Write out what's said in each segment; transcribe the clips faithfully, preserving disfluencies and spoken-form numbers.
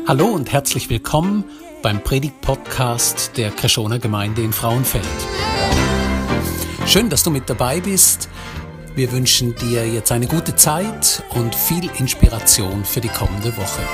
Hallo und herzlich willkommen beim Predigt-Podcast der Kreshoner Gemeinde in Frauenfeld. Schön, dass du mit dabei bist. Wir wünschen dir jetzt eine gute Zeit und viel Inspiration für die kommende Woche.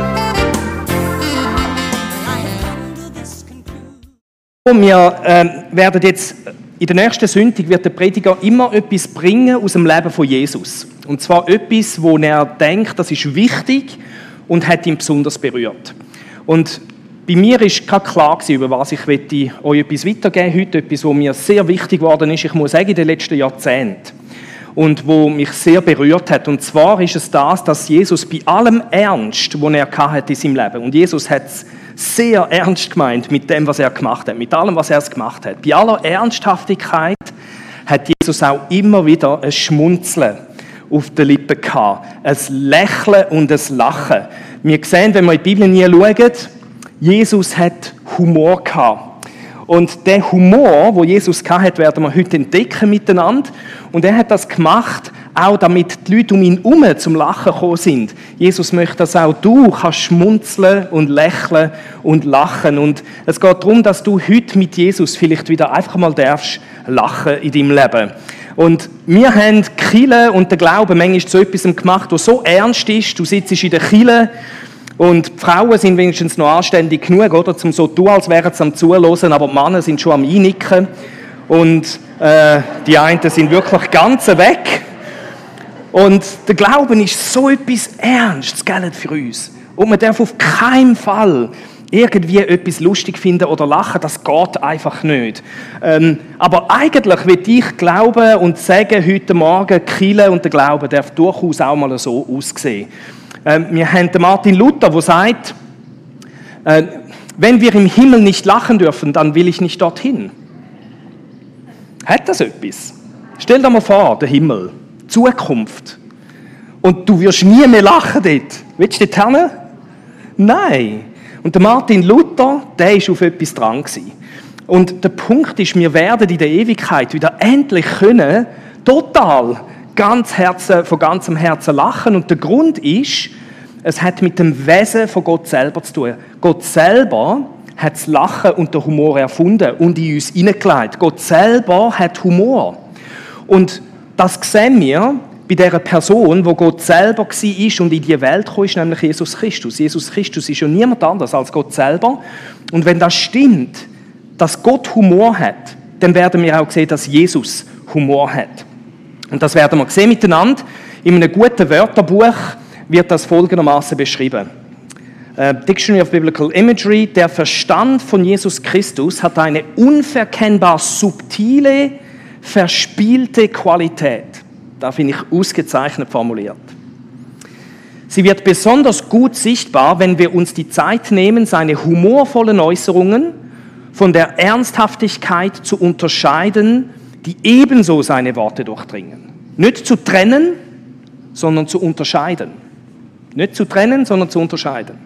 Wir äh, werden jetzt in der nächsten Sonntag wird der Prediger immer etwas bringen aus dem Leben von Jesus. Und zwar etwas, wo er denkt, das ist wichtig und hat ihn besonders berührt. Und bei mir ist gerade klar gewesen, über was ich möchte euch etwas weitergeben heute, etwas, was mir sehr wichtig geworden ist, ich muss sagen, in den letzten Jahrzehnten. Und wo mich sehr berührt hat. Und zwar ist es das, dass Jesus bei allem Ernst, den er hatte in seinem Leben, und Jesus hat es sehr ernst gemeint mit dem, was er gemacht hat, mit allem, was er gemacht hat. Bei aller Ernsthaftigkeit hat Jesus auch immer wieder ein Schmunzeln auf den Lippen gehabt. Ein Lächeln und ein Lachen. Wir sehen, wenn wir in die Bibel nie schauen, Jesus hat Humor gehabt. Und der Humor, den Jesus hatte, werden wir heute entdecken miteinander. Und er hat das gemacht, auch damit die Leute um ihn herum zum Lachen gekommen sind. Jesus möchte, dass auch du kannst schmunzeln und lächeln und lachen. Und es geht darum, dass du heute mit Jesus vielleicht wieder einfach mal darfst lachen in deinem Leben. Und wir haben die Kirche und den Glauben manchmal zu etwas gemacht, das so ernst ist. Du sitzt in der Kirche und die Frauen sind wenigstens noch anständig genug, oder, zum so tun, als wären sie am Zuhören, aber die Männer sind schon am Einnicken. Und äh, die einen sind wirklich ganz weg. Und der Glauben ist so etwas Ernstes, gell, für uns. Und man darf auf keinen Fall irgendwie etwas lustig finden oder lachen, das geht einfach nicht. Ähm, aber eigentlich will ich glauben und sagen, heute Morgen, die Kirche und der Glaube darf durchaus auch mal so aussehen. Ähm, wir haben den Martin Luther, der sagt, äh, wenn wir im Himmel nicht lachen dürfen, dann will ich nicht dorthin. Hat das etwas? Stell dir mal vor, der Himmel, Zukunft. Und du wirst nie mehr lachen dort. Willst du dort hin? Nein. Und der Martin Luther, der ist auf etwas dran gewesen. Und der Punkt ist, wir werden in der Ewigkeit wieder endlich können, total, ganz Herzen, von ganzem Herzen lachen. Und der Grund ist, es hat mit dem Wesen von Gott selber zu tun. Gott selber hat das Lachen und den Humor erfunden und in uns hineingelegt. Gott selber hat Humor. Und das sehen wir bei dieser Person, wo Gott selber war und in die Welt kam, ist nämlich Jesus Christus. Jesus Christus ist ja niemand anders als Gott selber. Und wenn das stimmt, dass Gott Humor hat, dann werden wir auch sehen, dass Jesus Humor hat. Und das werden wir sehen miteinander. In einem guten Wörterbuch wird das folgendermaßen beschrieben. Uh, Dictionary of Biblical Imagery: Der Verstand von Jesus Christus hat eine unverkennbar subtile, verspielte Qualität. Da finde ich ausgezeichnet formuliert. Sie wird besonders gut sichtbar, wenn wir uns die Zeit nehmen, seine humorvollen Äußerungen von der Ernsthaftigkeit zu unterscheiden, die ebenso seine Worte durchdringen. Nicht zu trennen, sondern zu unterscheiden. Nicht zu trennen, sondern zu unterscheiden.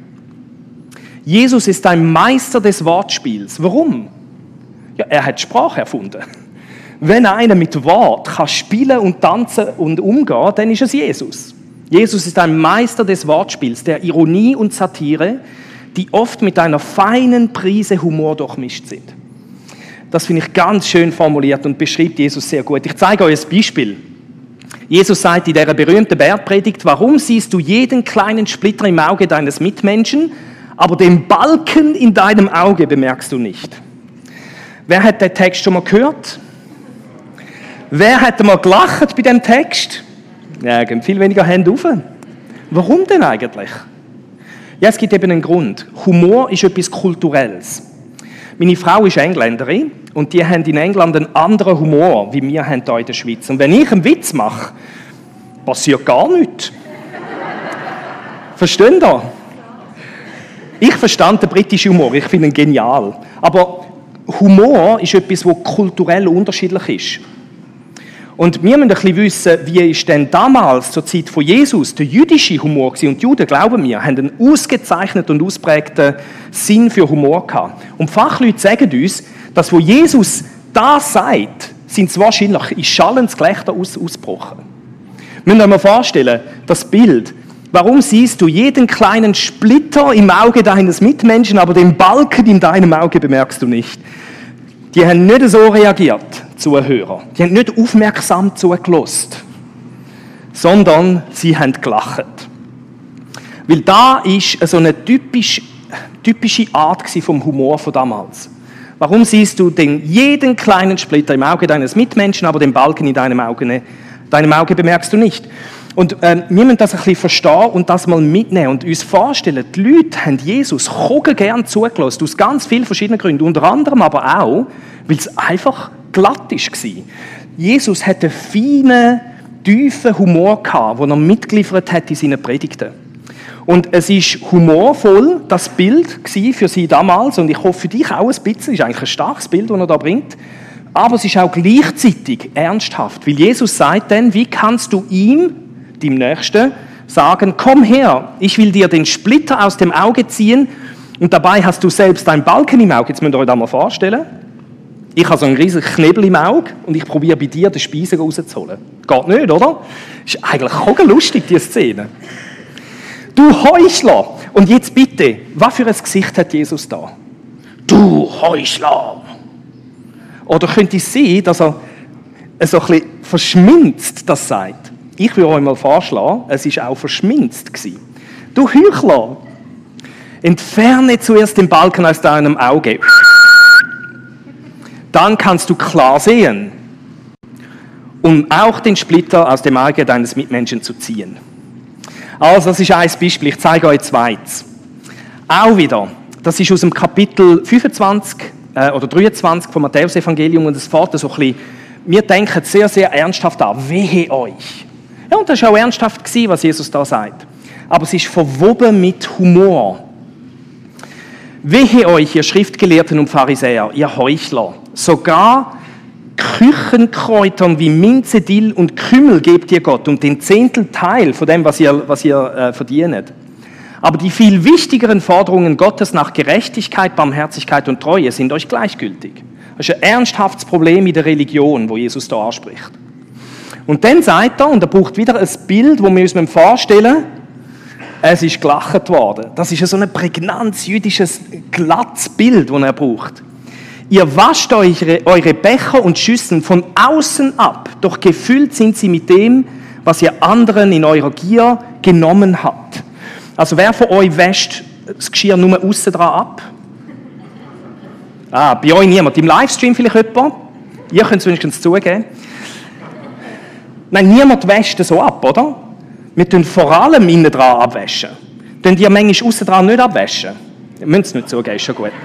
Jesus ist ein Meister des Wortspiels. Warum? Ja, er hat Sprache erfunden. Wenn einer mit Wort kann spielen und tanzen und umgehen, dann ist es Jesus. Jesus ist ein Meister des Wortspiels, der Ironie und Satire, die oft mit einer feinen Prise Humor durchmischt sind. Das finde ich ganz schön formuliert und beschreibt Jesus sehr gut. Ich zeige euch ein Beispiel. Jesus sagt in dieser berühmten Bergpredigt: Warum siehst du jeden kleinen Splitter im Auge deines Mitmenschen, aber den Balken in deinem Auge bemerkst du nicht? Wer hat den Text schon mal gehört? Wer hat mal gelacht bei dem Text? Ja, gehen viel weniger Hände auf. Warum denn eigentlich? Ja, es gibt eben einen Grund. Humor ist etwas Kulturelles. Meine Frau ist Engländerin und die haben in England einen anderen Humor, wie wir haben hier in der Schweiz. Und wenn ich einen Witz mache, passiert gar nichts. Versteht ihr? Ich verstand den britischen Humor, ich finde ihn genial. Aber Humor ist etwas, das kulturell unterschiedlich ist. Und wir müssen ein bisschen wissen, wie ist denn damals, zur Zeit von Jesus, der jüdische Humor war. Und die Juden, glauben wir, haben einen ausgezeichneten und ausprägten Sinn für Humor gehabt. Und Fachleute sagen uns, dass, wo Jesus das sagt, sind sie wahrscheinlich in schallendes Gelächter aus, ausgebrochen. Wir müssen uns mal vorstellen, das Bild. Warum siehst du jeden kleinen Splitter im Auge deines Mitmenschen, aber den Balken in deinem Auge bemerkst du nicht? Die haben nicht so reagiert, Zuhörer. Die haben nicht aufmerksam zugelassen, sondern sie haben gelacht. Weil da ist so eine typisch, typische Art vom Humor von damals. Warum siehst du denn jeden kleinen Splitter im Auge deines Mitmenschen, aber den Balken in deinem Auge, deinem Auge bemerkst du nicht? Und äh, wir müssen das ein bisschen verstehen und das mal mitnehmen und uns vorstellen, die Leute haben Jesus gern zugelassen, aus ganz vielen verschiedenen Gründen, unter anderem aber auch, weil es einfach glatt war. Jesus hatte einen feinen, tiefen Humor gehabt, den er mitgeliefert hat in seinen Predigten. Und es ist humorvoll, das Bild für sie damals, und ich hoffe für dich auch ein bisschen, es ist eigentlich ein starkes Bild, das er da bringt, aber es ist auch gleichzeitig ernsthaft, weil Jesus sagt dann, wie kannst du ihm, dem Nächsten, sagen, komm her, ich will dir den Splitter aus dem Auge ziehen und dabei hast du selbst einen Balken im Auge. Jetzt müsst ihr euch das mal vorstellen. Ich habe so einen riesigen Knebel im Auge und ich probiere bei dir den Speiser rauszuholen. Geht nicht, oder? Ist eigentlich auch lustig, diese Szene. Du Heuchler! Und jetzt bitte, was für ein Gesicht hat Jesus da? Du Heuchler! Oder könnte es sein, dass er so ein bisschen verschminzt das sagt? Ich würde euch mal vorschlagen, es war auch verschminzt. Du Heuchler, entferne zuerst den Balken aus deinem Auge. Dann kannst du klar sehen, um auch den Splitter aus dem Auge deines Mitmenschen zu ziehen. Also, das ist ein Beispiel. Ich zeige euch zweites. Auch wieder, das ist aus dem Kapitel fünfundzwanzig äh, oder dreiundzwanzig vom Matthäus-Evangelium und es fährt so ein bisschen, wir denken sehr, sehr ernsthaft an, wehe euch. Ja, und das war auch ernsthaft, was Jesus da sagt. Aber es ist verwoben mit Humor. Wehe euch, ihr Schriftgelehrten und Pharisäer, ihr Heuchler. Sogar Küchenkräutern wie Minze, Dill und Kümmel gebt ihr Gott und den Zehntelteil von dem, was ihr, was ihr äh, verdient. Aber die viel wichtigeren Forderungen Gottes nach Gerechtigkeit, Barmherzigkeit und Treue sind euch gleichgültig. Das ist ein ernsthaftes Problem in der Religion, wo Jesus da anspricht. Und dann sagt er, und er braucht wieder ein Bild, das wir uns vorstellen müssen, es ist gelacht worden. Das ist so ein prägnantes, jüdisches, glattes Bild, das er braucht. Ihr wascht euch eure Becher und Schüsseln von außen ab, doch gefüllt sind sie mit dem, was ihr anderen in eurer Gier genommen habt. Also wer von euch wäscht das Geschirr nur aussen dran ab? Ah, bei euch niemand. Im Livestream vielleicht jemand? Ihr könnt es wenigstens zugeben. Nein, niemand wäscht so ab, oder? Wir tun vor allem innen dran abwaschen. Tun die manchmal aussen dran nicht abwaschen? Ihr müsst es nicht zugeben, ist schon gut.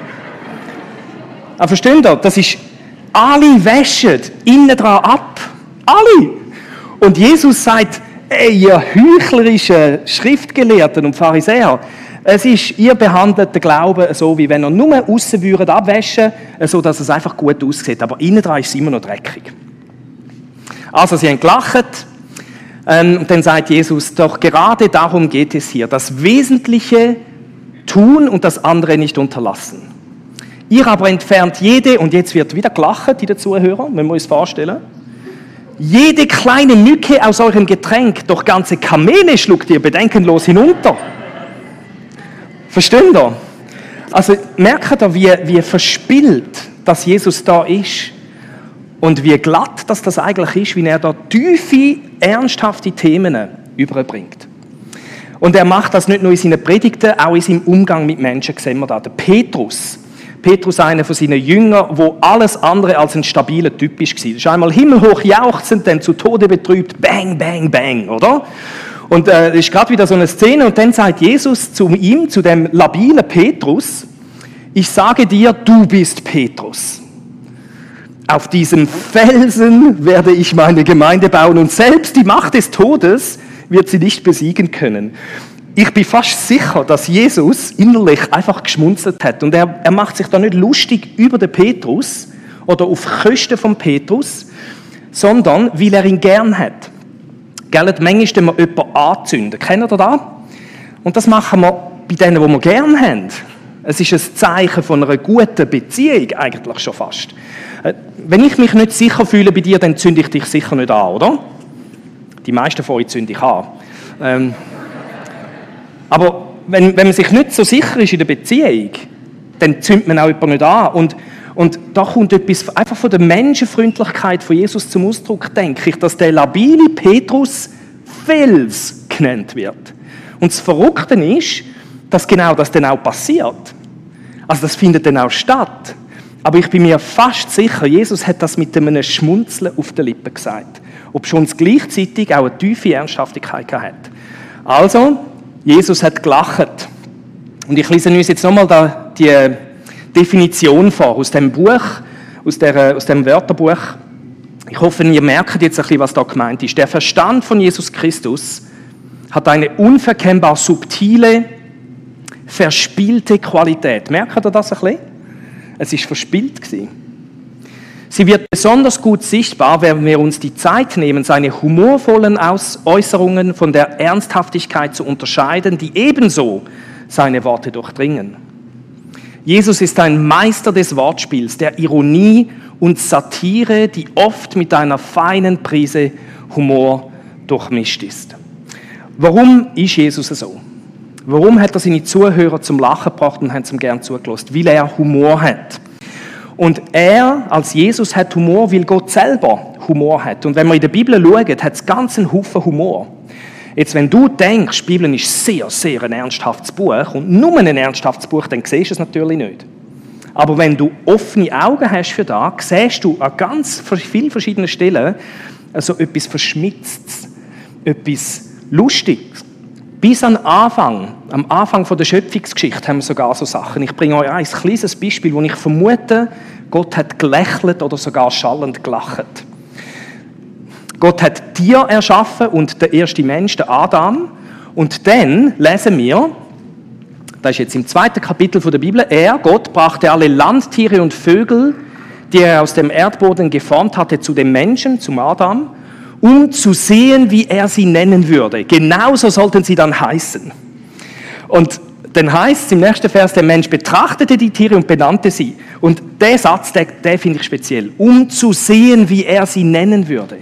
Aber versteht ihr? Das ist, alle waschen innen dran ab. Alle! Und Jesus sagt, ey, ihr heuchlerischen Schriftgelehrten und Pharisäer, es ist, ihr behandelt den Glauben so, wie wenn er nur aussen würdet abwaschen, so dass es einfach gut aussieht. Aber innen dran ist es immer noch dreckig. Also, sie haben gelacht. Ähm, und dann sagt Jesus, doch gerade darum geht es hier. Das Wesentliche tun und das andere nicht unterlassen. Ihr aber entfernt jede, und jetzt wird wieder gelacht, die Zuhörer, wenn wir uns vorstellen, jede kleine Mücke aus eurem Getränk, doch ganze Kamele schluckt ihr bedenkenlos hinunter. Versteht ihr? Also merkt ihr, wie, wie verspielt, dass Jesus da ist und wie glatt dass das eigentlich ist, wie er da tiefe, ernsthafte Themen überbringt. Und er macht das nicht nur in seinen Predigten, auch in seinem Umgang mit Menschen, sehen wir da. Der Petrus, Petrus, einer von seinen Jüngern, der alles andere als ein stabiler Typ war. Das ist einmal himmelhoch jauchzend, dann zu Tode betrübt, bang, bang, bang, oder? Und äh, das ist gerade wieder so eine Szene, und dann sagt Jesus zu ihm, zu dem labilen Petrus, ich sage dir, du bist Petrus. Auf diesem Felsen werde ich meine Gemeinde bauen und selbst die Macht des Todes wird sie nicht besiegen können. Ich bin fast sicher, dass Jesus innerlich einfach geschmunzelt hat. Und er, er macht sich da nicht lustig über den Petrus oder auf Kosten von Petrus, sondern weil er ihn gern hat. Gell, manchmal können wir jemanden anzünden. Kennt ihr das? Und das machen wir bei denen, die wir gern haben. Es ist ein Zeichen von einer guten Beziehung, eigentlich schon fast. Wenn ich mich nicht sicher fühle bei dir, dann zünde ich dich sicher nicht an, oder? Die meisten von euch zünde ich an. Ähm, Aber wenn, wenn man sich nicht so sicher ist in der Beziehung, dann zündet man auch jemanden nicht an. Und, und da kommt etwas einfach von der Menschenfreundlichkeit von Jesus zum Ausdruck, denke ich, dass der labile Petrus Fels genannt wird. Und das Verrückte ist, dass genau das dann auch passiert. Also das findet dann auch statt. Aber ich bin mir fast sicher, Jesus hat das mit einem Schmunzeln auf den Lippen gesagt. Obschon es gleichzeitig auch eine tiefe Ernsthaftigkeit hat. Also, Jesus hat gelacht. Und ich lese uns jetzt nochmal da die Definition vor aus dem Buch, aus, der, aus dem Wörterbuch. Ich hoffe, ihr merkt jetzt ein bisschen, was da gemeint ist. Der Verstand von Jesus Christus hat eine unverkennbar subtile, verspielte Qualität. Merkt ihr das ein bisschen? Es war verspielt gewesen. Sie wird besonders gut sichtbar, wenn wir uns die Zeit nehmen, seine humorvollen Äußerungen von der Ernsthaftigkeit zu unterscheiden, die ebenso seine Worte durchdringen. Jesus ist ein Meister des Wortspiels, der Ironie und Satire, die oft mit einer feinen Prise Humor durchmischt ist. Warum ist Jesus so? Warum hat er seine Zuhörer zum Lachen gebracht und haben es ihm gern zugelassen? Weil er Humor hat. Und er, als Jesus, hat Humor, weil Gott selber Humor hat. Und wenn wir in der Bibel schauen, hat es ganz einen Haufen Humor. Jetzt, wenn du denkst, die Bibel ist sehr, sehr ein ernsthaftes Buch und nur ein ernsthaftes Buch, dann siehst du es natürlich nicht. Aber wenn du offene Augen hast für das, siehst du an ganz vielen verschiedenen Stellen also etwas Verschmitztes, etwas Lustiges. Bis an Anfang, am Anfang der Schöpfungsgeschichte haben wir sogar so Sachen. Ich bringe euch ein kleines Beispiel, wo ich vermute, Gott hat gelächelt oder sogar schallend gelacht. Gott hat Tiere erschaffen und der erste Mensch, der Adam. Und dann lesen wir, das ist jetzt im zweiten Kapitel der Bibel, er, Gott, brachte alle Landtiere und Vögel, die er aus dem Erdboden geformt hatte, zu dem Menschen, zum Adam, um zu sehen, wie er sie nennen würde. Genauso sollten sie dann heißen. Und dann heißt es im nächsten Vers, der Mensch betrachtete die Tiere und benannte sie. Und der Satz, der, der finde ich speziell. Um zu sehen, wie er sie nennen würde.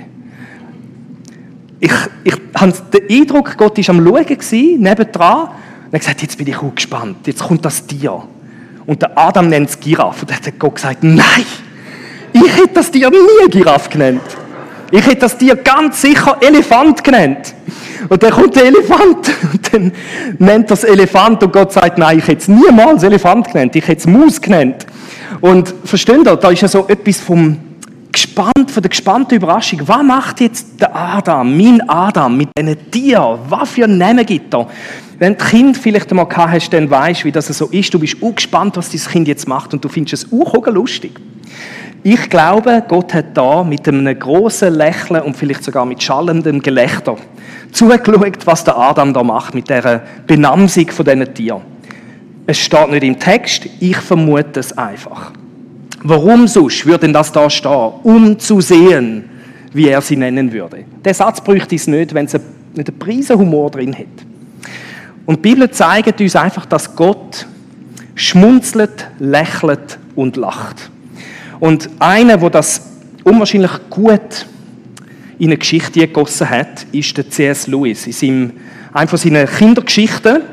Ich, ich habe den Eindruck, Gott war am Schauen gewesen, nebendran. Und er hat gesagt, jetzt bin ich auch gespannt. Jetzt kommt das Tier. Und der Adam nennt es Giraffe. Und dann hat Gott gesagt, nein, ich hätte das Tier nie Giraffe genannt. Ich hätte das Tier ganz sicher Elefant genannt. Und dann kommt der Elefant und dann nennt das Elefant und Gott sagt, nein, ich hätte es niemals Elefant genannt, ich hätte es Maus genannt. Und versteht ihr, da ist ja so etwas vom gespannt, von der gespannten Überraschung. Was macht jetzt der Adam, mein Adam, mit diesen Tieren? Was für einen Namen gibt er? Wenn du Kind vielleicht einmal gehabt hast, dann weisst du, wie das so ist. Du bist auch gespannt, was dein Kind jetzt macht und du findest es auch lustig. Ich glaube, Gott hat da mit einem grossen Lächeln und vielleicht sogar mit schallendem Gelächter zugeschaut, was der Adam da macht mit dieser Benamsung von diesen Tieren. Es steht nicht im Text, ich vermute es einfach. Warum sonst würde denn das da stehen? Um zu sehen, wie er sie nennen würde. Der Satz bräuchte es nicht, wenn es nicht einen Prise Humor drin hat. Und die Bibel zeigt uns einfach, dass Gott schmunzelt, lächelt und lacht. Und einer, der das unwahrscheinlich gut in eine Geschichte gegossen hat, ist der C S Lewis. In seinem, einer von seinen Kindergeschichten,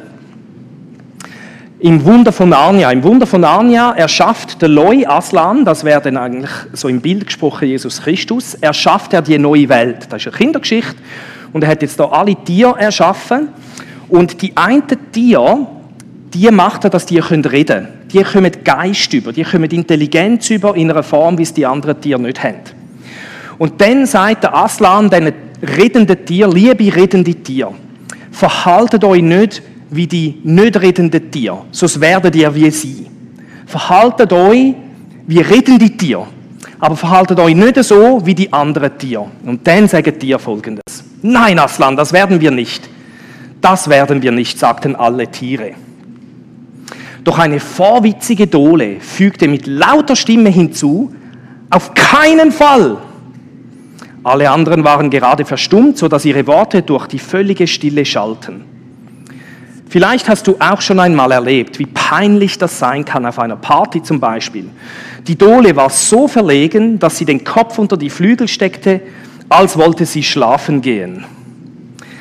im Wunder von Narnia. Im Wunder von Narnia erschafft der Loi Aslan, das wäre dann eigentlich so im Bild gesprochen Jesus Christus, erschafft er die neue Welt. Das ist eine Kindergeschichte und er hat jetzt da alle Tiere erschaffen. Und die einen Tiere, die macht er, dass die reden können. Die kommen Geist über, die kommen Intelligenz über in einer Form, wie es die anderen Tiere nicht haben. Und dann sagt der Aslan diesen redenden Tieren, liebe redende Tiere, verhaltet euch nicht wie die nicht redenden Tiere, sonst werdet ihr wie sie. Verhaltet euch wie redende Tiere, aber verhaltet euch nicht so wie die anderen Tiere. Und dann sagen die Tiere Folgendes. Nein, Aslan, das werden wir nicht. Das werden wir nicht, sagten alle Tiere. Doch eine vorwitzige Dole fügte mit lauter Stimme hinzu, auf keinen Fall. Alle anderen waren gerade verstummt, sodass ihre Worte durch die völlige Stille schallten. Vielleicht hast du auch schon einmal erlebt, wie peinlich das sein kann auf einer Party zum Beispiel. Die Dole war so verlegen, dass sie den Kopf unter die Flügel steckte, als wollte sie schlafen gehen.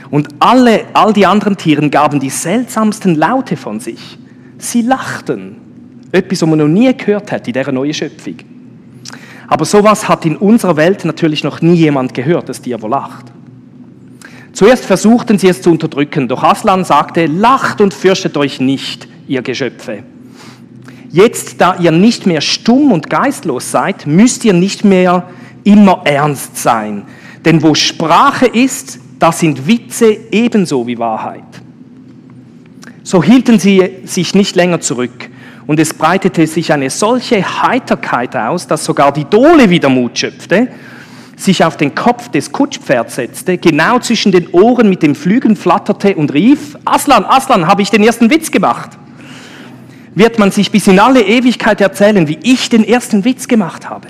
Und alle, all die anderen Tiere gaben die seltsamsten Laute von sich. Sie lachten. Etwas, was man noch nie gehört hat in dieser neuen Schöpfung. Aber sowas hat in unserer Welt natürlich noch nie jemand gehört, das Tier, das lacht. Zuerst versuchten sie es zu unterdrücken, doch Aslan sagte, lacht und fürchtet euch nicht, ihr Geschöpfe. Jetzt, da ihr nicht mehr stumm und geistlos seid, müsst ihr nicht mehr immer ernst sein. Denn wo Sprache ist, da sind Witze ebenso wie Wahrheit. So hielten sie sich nicht länger zurück. Und es breitete sich eine solche Heiterkeit aus, dass sogar die Dole wieder Mut schöpfte, sich auf den Kopf des Kutschpferds setzte, genau zwischen den Ohren mit den Flügeln flatterte und rief, Aslan, Aslan, habe ich den ersten Witz gemacht? Wird man sich bis in alle Ewigkeit erzählen, wie ich den ersten Witz gemacht habe?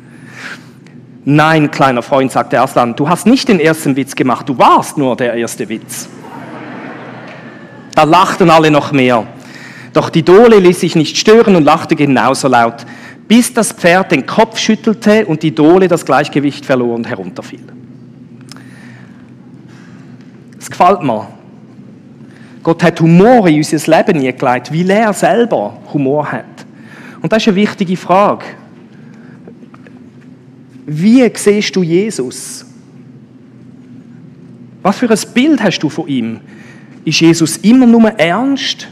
Nein, kleiner Freund, sagte Aslan, du hast nicht den ersten Witz gemacht, du warst nur der erste Witz. Da lachten alle noch mehr. Doch die Dole ließ sich nicht stören und lachte genauso laut, bis das Pferd den Kopf schüttelte und die Dole das Gleichgewicht verlor und herunterfiel. Es gefällt mir. Gott hat Humor in unser Leben hineingelegt, weil er selber Humor hat. Und das ist eine wichtige Frage. Wie siehst du Jesus? Was für ein Bild hast du von ihm? Ist Jesus immer nur ernst?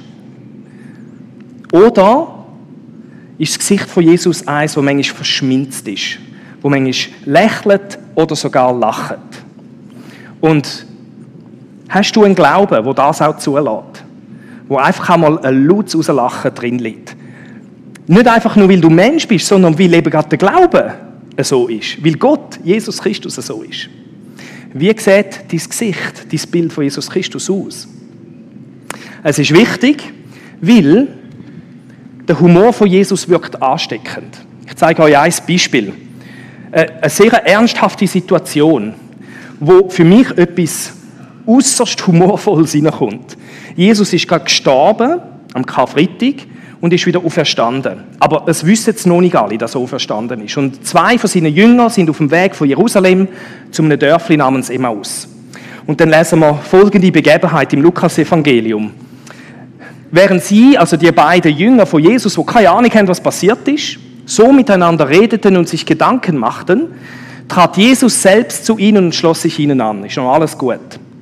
Oder ist das Gesicht von Jesus eins, das manchmal verschminzt ist, wo manchmal lächelt oder sogar lacht? Und hast du einen Glauben, der das auch zulässt? Wo einfach einmal ein lautes Rauslachen drin liegt? Nicht einfach nur, weil du Mensch bist, sondern weil eben gerade der Glaube so ist. Weil Gott, Jesus Christus, so ist. Wie sieht dein Gesicht, dein Bild von Jesus Christus aus? Es ist wichtig, weil der Humor von Jesus wirkt ansteckend. Ich zeige euch ein Beispiel. Eine sehr ernsthafte Situation, wo für mich etwas äußerst Humorvolles hineinkommt. Jesus ist gerade gestorben, am Karfreitag, und ist wieder auferstanden. Aber es wissen jetzt noch nicht alle, dass er auferstanden ist. Und zwei von seinen Jüngern sind auf dem Weg von Jerusalem zu einem Dörfli namens Emmaus. Und dann lesen wir folgende Begebenheit im Lukas-Evangelium. Während sie, also die beiden Jünger von Jesus, die keine Ahnung haben, was passiert ist, so miteinander redeten und sich Gedanken machten, trat Jesus selbst zu ihnen und schloss sich ihnen an. Ist noch alles gut.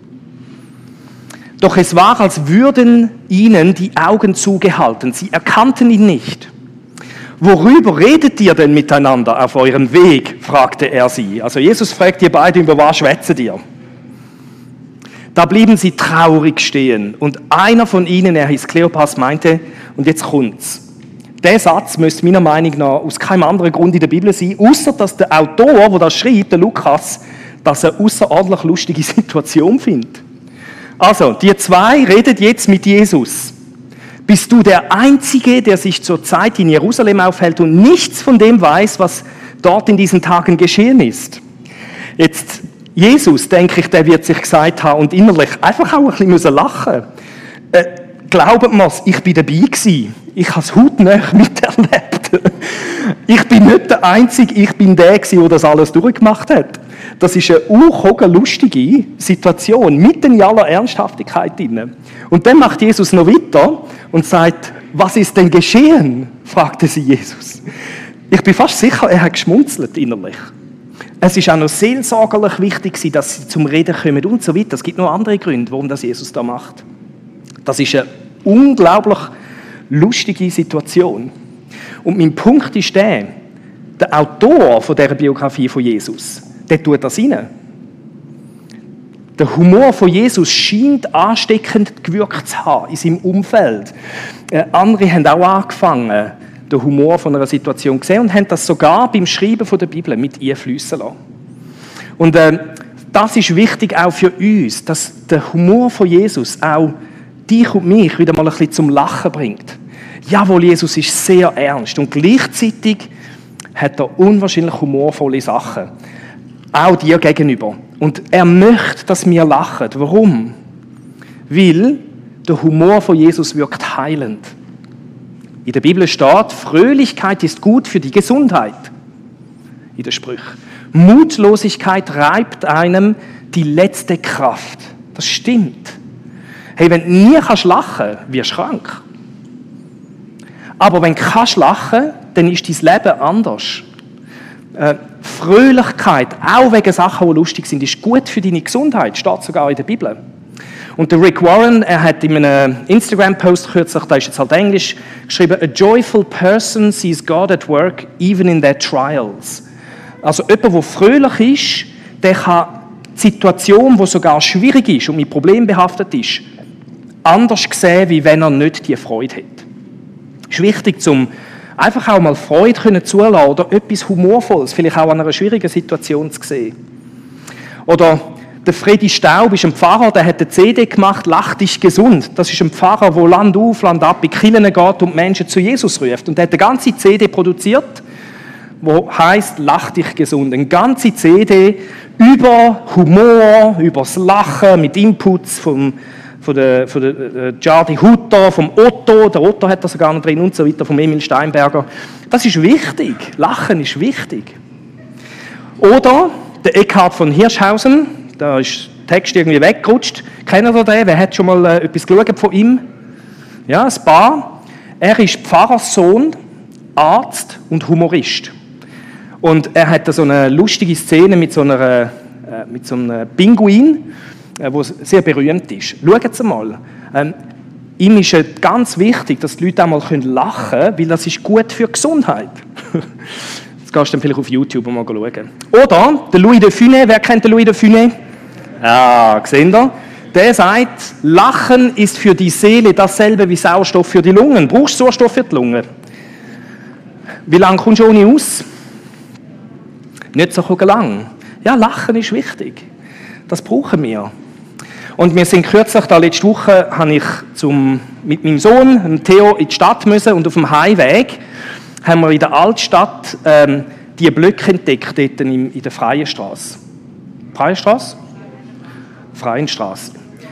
Doch es war, als würden ihnen die Augen zugehalten. Sie erkannten ihn nicht. Worüber redet ihr denn miteinander auf eurem Weg? Fragte er sie. Also Jesus fragt die beiden, über was schwätzt ihr? Da blieben sie traurig stehen und einer von ihnen, er hieß Kleopas, meinte, und jetzt kommt's. Der Satz müsste meiner Meinung nach aus keinem anderen Grund in der Bibel sein, außer dass der Autor, der das schreibt, der Lukas, das eine außerordentlich lustige Situation findet. Also, die zwei reden jetzt mit Jesus. Bist du der Einzige, der sich zurzeit in Jerusalem aufhält und nichts von dem weiß, was dort in diesen Tagen geschehen ist? Jetzt, Jesus, denke ich, der wird sich gesagt haben und innerlich einfach auch ein bisschen lachen müssen. Äh, glaubt mir's, ich bin dabei gewesen. Ich habe es hautnah miterlebt. Ich bin nicht der Einzige, ich bin der gewesen, der das alles durchgemacht hat. Das ist eine lustige Situation, mitten in aller Ernsthaftigkeit drin. Und dann macht Jesus noch weiter und sagt, was ist denn geschehen? Fragte sie Jesus. Ich bin fast sicher, er hat geschmunzelt innerlich. Es ist auch noch seelsorgerlich wichtig, dass sie zum Reden kommen und so weiter. Es gibt noch andere Gründe, warum das Jesus da macht. Das ist eine unglaublich lustige Situation. Und mein Punkt ist der, der Autor von dieser Biografie von Jesus, der tut das rein. Der Humor von Jesus scheint ansteckend gewirkt zu haben in seinem Umfeld. Äh, andere haben auch angefangen, den Humor von einer Situation gesehen und haben das sogar beim Schreiben von der Bibel mit einfließen lassen. Und äh, das ist wichtig auch für uns, dass der Humor von Jesus auch dich und mich wieder mal ein bisschen zum Lachen bringt. Jawohl, Jesus ist sehr ernst und gleichzeitig hat er unwahrscheinlich humorvolle Sachen. Auch dir gegenüber. Und er möchte, dass wir lachen. Warum? Weil der Humor von Jesus wirkt heilend. In der Bibel steht, Fröhlichkeit ist gut für die Gesundheit. In den Sprüchen. Mutlosigkeit reibt einem die letzte Kraft. Das stimmt. Hey, wenn du nie kannst lachen, wirst du krank. Aber wenn du kannst lachen, dann ist dein Leben anders. Äh, Fröhlichkeit, auch wegen Sachen, die lustig sind, ist gut für deine Gesundheit, steht sogar in der Bibel. Und der Rick Warren, er hat in einem Instagram-Post kürzlich, da ist jetzt halt Englisch, geschrieben, a joyful person sees God at work even in their trials. Also jemand, der fröhlich ist, der kann die Situation, die sogar schwierig ist und mit Problemen behaftet ist, anders sehen, wie wenn er nicht diese Freude hat. Es ist wichtig, um einfach auch mal Freude können zulassen oder etwas Humorvolles, vielleicht auch an einer schwierigen Situation zu sehen. Oder der Freddy Staub ist ein Pfarrer, der hat eine C D gemacht, «Lach dich gesund». Das ist ein Pfarrer, der Land auf, Land ab in die Kirchen geht und Menschen zu Jesus ruft. Und er hat eine ganze C D produziert, die heisst «Lach dich gesund». Eine ganze C D über Humor, über das Lachen, mit Inputs vom, von der, von der äh, Jardi Hutter, vom Otto, der Otto hat das sogar noch drin und so weiter, vom Emil Steinberger. Das ist wichtig. Lachen ist wichtig. Oder der Eckhard von Hirschhausen, da ist der Text irgendwie weggerutscht. Kennt ihr den? Wer hat schon mal äh, etwas geschaut von ihm? Ja, ein paar. Er ist Pfarrerssohn, Arzt und Humorist. Und er hat so eine lustige Szene mit so, einer, äh, mit so einem Pinguin, äh, der sehr berühmt ist. Schaut es mal. Ähm, ihm ist es ganz wichtig, dass die Leute auch mal lachen können, weil das ist gut für die Gesundheit. Jetzt gehst du dann vielleicht auf YouTube und mal schauen. Oder der Louis de Funès. Wer kennt den Louis de Funès? Ja, seht ihr? Der sagt, Lachen ist für die Seele dasselbe wie Sauerstoff für die Lungen. Brauchst du Sauerstoff für die Lungen? Wie lange kommst du ohne aus? Nicht so lang. Ja, Lachen ist wichtig. Das brauchen wir. Und wir sind kürzlich, da letzte Woche, habe ich zum, mit meinem Sohn, Theo, in die Stadt müssen und auf dem Heimweg haben wir in der Altstadt ähm, die Blöcke entdeckt, dort in, in der Freien Straße. Freie Straße? Freien Straße.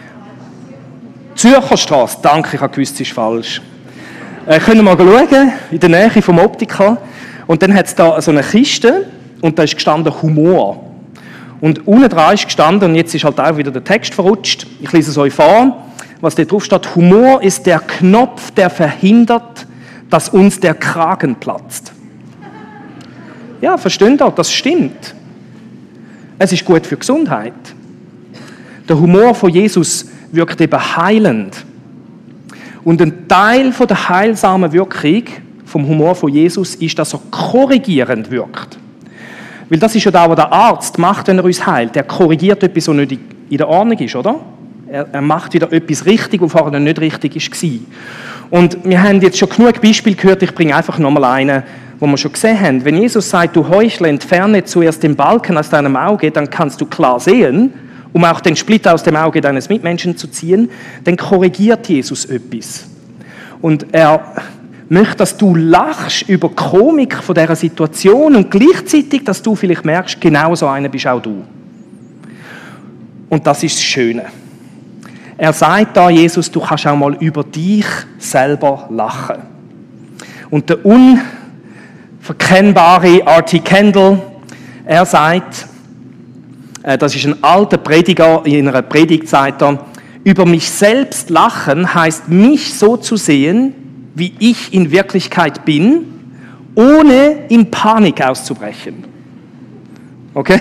Zürcher Straße, danke, ich habe gewusst, es ist falsch. Äh, können wir mal schauen, in der Nähe vom Optiker. Und dann hat es da so eine Kiste und da ist gestanden Humor. Und unten dran ist gestanden, und jetzt ist halt auch wieder der Text verrutscht, ich lese es euch vor, was da drauf steht: Humor ist der Knopf, der verhindert, dass uns der Kragen platzt. Ja, versteht ihr? Das stimmt. Es ist gut für die Gesundheit. Der Humor von Jesus wirkt eben heilend. Und ein Teil von der heilsamen Wirkung vom Humor von Jesus ist, dass er korrigierend wirkt. Weil das ist ja das, was der Arzt macht, wenn er uns heilt. Er korrigiert etwas, was nicht in der Ordnung ist, oder? Er, er macht wieder etwas richtig, was vorher nicht richtig war. Und wir haben jetzt schon genug Beispiele gehört, ich bringe einfach nochmal einen, wo wir schon gesehen haben. Wenn Jesus sagt, du Heuchler, entferne zuerst den Balken aus deinem Auge, dann kannst du klar sehen, um auch den Splitter aus dem Auge deines Mitmenschen zu ziehen, dann korrigiert Jesus etwas. Und er möchte, dass du lachst über die Komik von dieser Situation und gleichzeitig, dass du vielleicht merkst, genau so einer bist auch du. Und das ist das Schöne. Er sagt da, Jesus, du kannst auch mal über dich selber lachen. Und der unverkennbare R T Kendall, er sagt, das ist ein alter Prediger, in einer Predigt sagt er, über mich selbst lachen heißt, mich so zu sehen, wie ich in Wirklichkeit bin, ohne in Panik auszubrechen. Okay?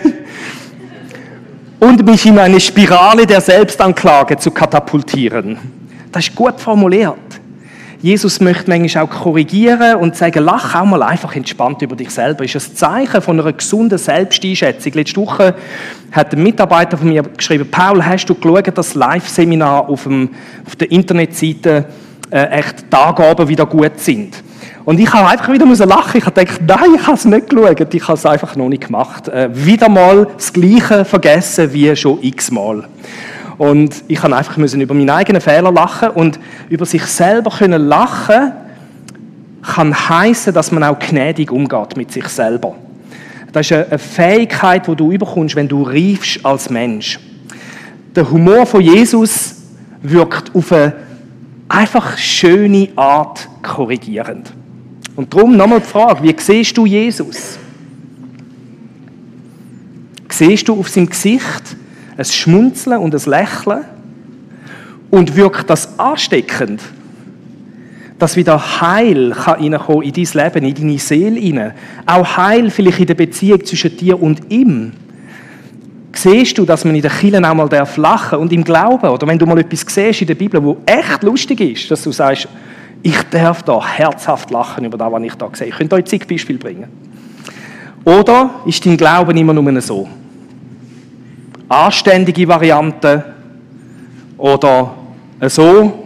Und mich in eine Spirale der Selbstanklage zu katapultieren. Das ist gut formuliert. Jesus möchte manchmal auch korrigieren und sagen, lach auch mal einfach entspannt über dich selber. Das ist ein Zeichen von einer gesunden Selbsteinschätzung. Letzte Woche hat ein Mitarbeiter von mir geschrieben, Paul, hast du geschaut, das Live-Seminar auf, dem, auf der Internetseite äh, echt die Angaben wieder gut sind? Und ich habe einfach wieder müssen lachen. Ich habe gedacht, nein, ich habe es nicht geschaut, ich habe es einfach noch nicht gemacht. Äh, wieder mal das Gleiche vergessen wie schon x-mal. Und ich kann einfach müssen über meine eigenen Fehler lachen und über sich selber können lachen kann heißen, dass man auch gnädig umgeht mit sich selber. Das ist eine Fähigkeit, die du überkommst, wenn du reifst als Mensch. Der Humor von Jesus wirkt auf eine einfach schöne Art korrigierend. Und darum nochmal die Frage, wie siehst du Jesus? Siehst du auf seinem Gesicht ein Schmunzeln und ein Lächeln? Und wirkt das ansteckend? Dass wieder Heil kann reinkommen in dein Leben, in deine Seele hinein. Auch Heil vielleicht in der Beziehung zwischen dir und ihm. Siehst du, dass man in der Kirche auch mal lachen darf und im Glauben, oder wenn du mal etwas siehst in der Bibel, wo echt lustig ist, dass du sagst, ich darf da herzhaft lachen über das, was ich da sehe. Ich könnte euch zig Beispiele bringen. Oder ist dein Glauben immer nur so? Anständige Variante oder so?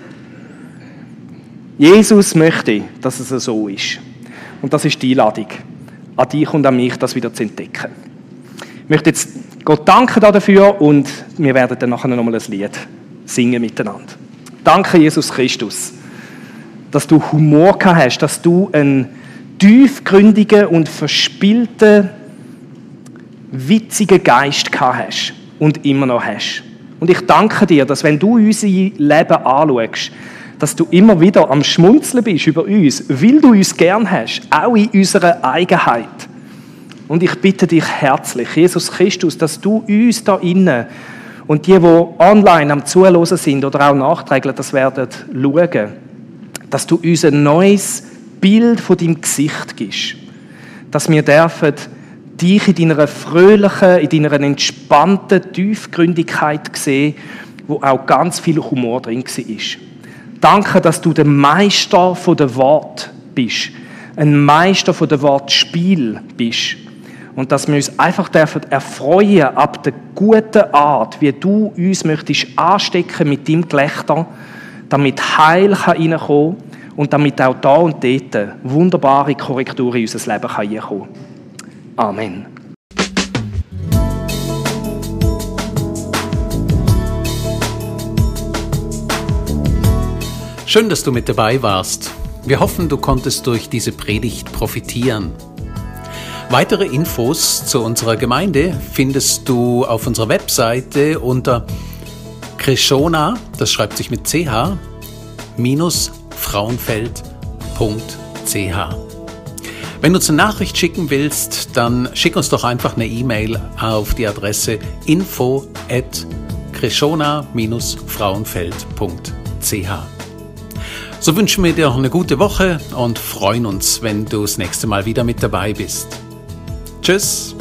Jesus möchte, dass es so ist. Und das ist die Einladung an dich und an mich, das wieder zu entdecken. Ich möchte jetzt Gott danken dafür und wir werden dann nachher nochmal ein Lied singen miteinander. Danke, Jesus Christus, dass du Humor gehabt hast, dass du einen tiefgründigen und verspielten, witzigen Geist gehabt hast und immer noch hast. Und ich danke dir, dass wenn du unser Leben anschaust, dass du immer wieder am Schmunzeln bist über uns, weil du uns gern hast, auch in unserer Eigenheit. Und ich bitte dich herzlich, Jesus Christus, dass du uns da innen und die, die online am Zuhören sind oder auch nachträglich das werden schauen, dass du uns ein neues Bild von deinem Gesicht gibst. Dass wir dürfen dich in deiner fröhlichen, in deiner entspannten Tiefgründigkeit sehen, wo auch ganz viel Humor drin war. Danke, dass du der Meister der Worte bist. Ein Meister der Wortspiel bist. Und dass wir uns einfach dürfen erfreuen ab der guten Art, wie du uns möchtest anstecken mit deinem Gelächter, damit Heil reinkommen kann und damit auch da und dort wunderbare Korrekturen in unser Leben reinkommen kann. Amen. Schön, dass du mit dabei warst. Wir hoffen, du konntest durch diese Predigt profitieren. Weitere Infos zu unserer Gemeinde findest du auf unserer Webseite unter Krishona, das schreibt sich mit ch, minus frauenfeld punkt c h. Wenn du uns eine Nachricht schicken willst, dann schick uns doch einfach eine E-Mail auf die Adresse info at krishona minus frauenfeld punkt c h. So wünschen wir dir noch eine gute Woche und freuen uns, wenn du das nächste Mal wieder mit dabei bist. Tschüss!